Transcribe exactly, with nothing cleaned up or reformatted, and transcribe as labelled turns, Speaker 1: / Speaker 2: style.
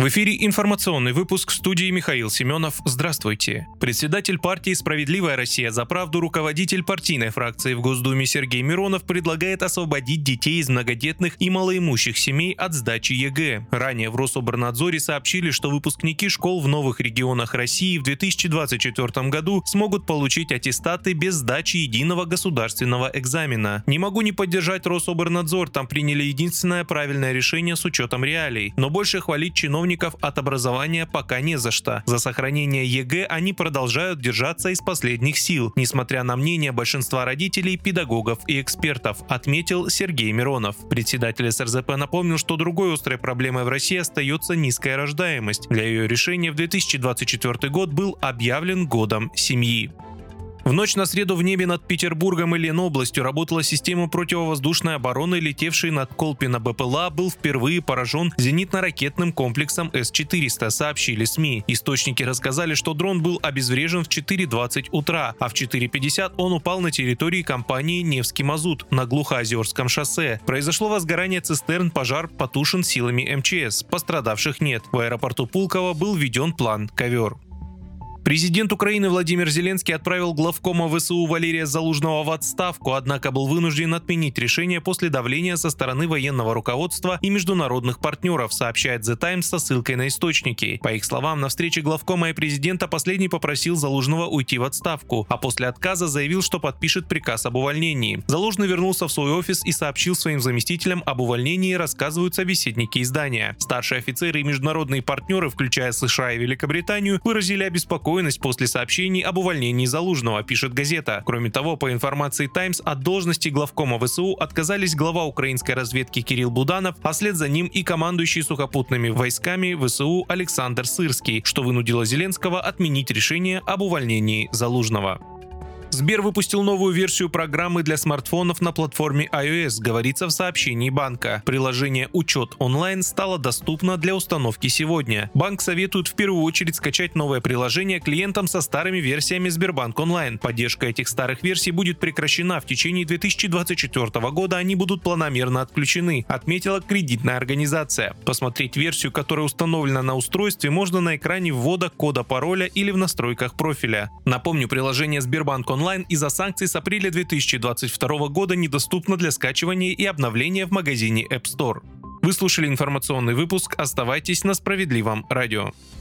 Speaker 1: В эфире информационный выпуск, в студии Михаил Семенов. Здравствуйте. Председатель партии «Справедливая Россия за правду», руководитель партийной фракции в Госдуме Сергей Миронов предлагает освободить детей из многодетных и малоимущих семей от сдачи ЕГЭ. Ранее в Рособорнадзоре сообщили, что выпускники школ в новых регионах России в две тысячи двадцать четвёртом году смогут получить аттестаты без сдачи единого государственного экзамена. Не могу не поддержать Рособорнадзор, там приняли единственное правильное решение с учетом реалий. Но больше хвалить чиновников от образования пока не за что. За сохранение ЕГЭ они продолжают держаться из последних сил, несмотря на мнение большинства родителей, педагогов и экспертов, отметил Сергей Миронов. Председатель эс эр зэ пэ напомнил, что другой острой проблемой в России остается низкая рождаемость. Для ее решения в две тысячи двадцать четвёртый год был объявлен годом семьи. В ночь на среду в небе над Петербургом и Ленобластью работала система противовоздушной обороны, летевший над Колпино бэ пэ эл а был впервые поражен зенитно-ракетным комплексом эс четыреста, сообщили СМИ. Источники рассказали, что дрон был обезврежен в четыре двадцать утра, а в четыре пятьдесят он упал на территории компании «Невский мазут» на Глухоозерском шоссе. Произошло возгорание цистерн, пожар потушен силами эм че эс, пострадавших нет. В аэропорту Пулково был введен план «Ковер». Президент Украины Владимир Зеленский отправил главкома вэ эс у Валерия Залужного в отставку, однако был вынужден отменить решение после давления со стороны военного руководства и международных партнеров, сообщает The Times со ссылкой на источники. По их словам, на встрече главкома и президента последний попросил Залужного уйти в отставку, а после отказа заявил, что подпишет приказ об увольнении. Залужный вернулся в свой офис и сообщил своим заместителям об увольнении, рассказывают собеседники издания. Старшие офицеры и международные партнеры, включая США и Великобританию, выразили обеспокоенность после сообщений об увольнении Залужного, пишет газета. Кроме того, по информации Times, от должности главкома вэ эс у отказались глава украинской разведки Кирилл Буданов, а вслед за ним и командующий сухопутными войсками вэ эс у Александр Сырский, что вынудило Зеленского отменить решение об увольнении Залужного. Сбер выпустил новую версию программы для смартфонов на платформе ай о эс, говорится в сообщении банка. Приложение «Учет онлайн» стало доступно для установки сегодня. Банк советует в первую очередь скачать новое приложение клиентам со старыми версиями Сбербанк онлайн. Поддержка этих старых версий будет прекращена в течение две тысячи двадцать четвёртого года, они будут планомерно отключены, отметила кредитная организация. Посмотреть версию, которая установлена на устройстве, можно на экране ввода кода пароля или в настройках профиля. Напомню, приложение Сбербанк онлайн онлайн из-за санкций с апреля две тысячи двадцать второго года недоступно для скачивания и обновления в магазине App Store. Вы слушали информационный выпуск. Оставайтесь на Справедливом радио.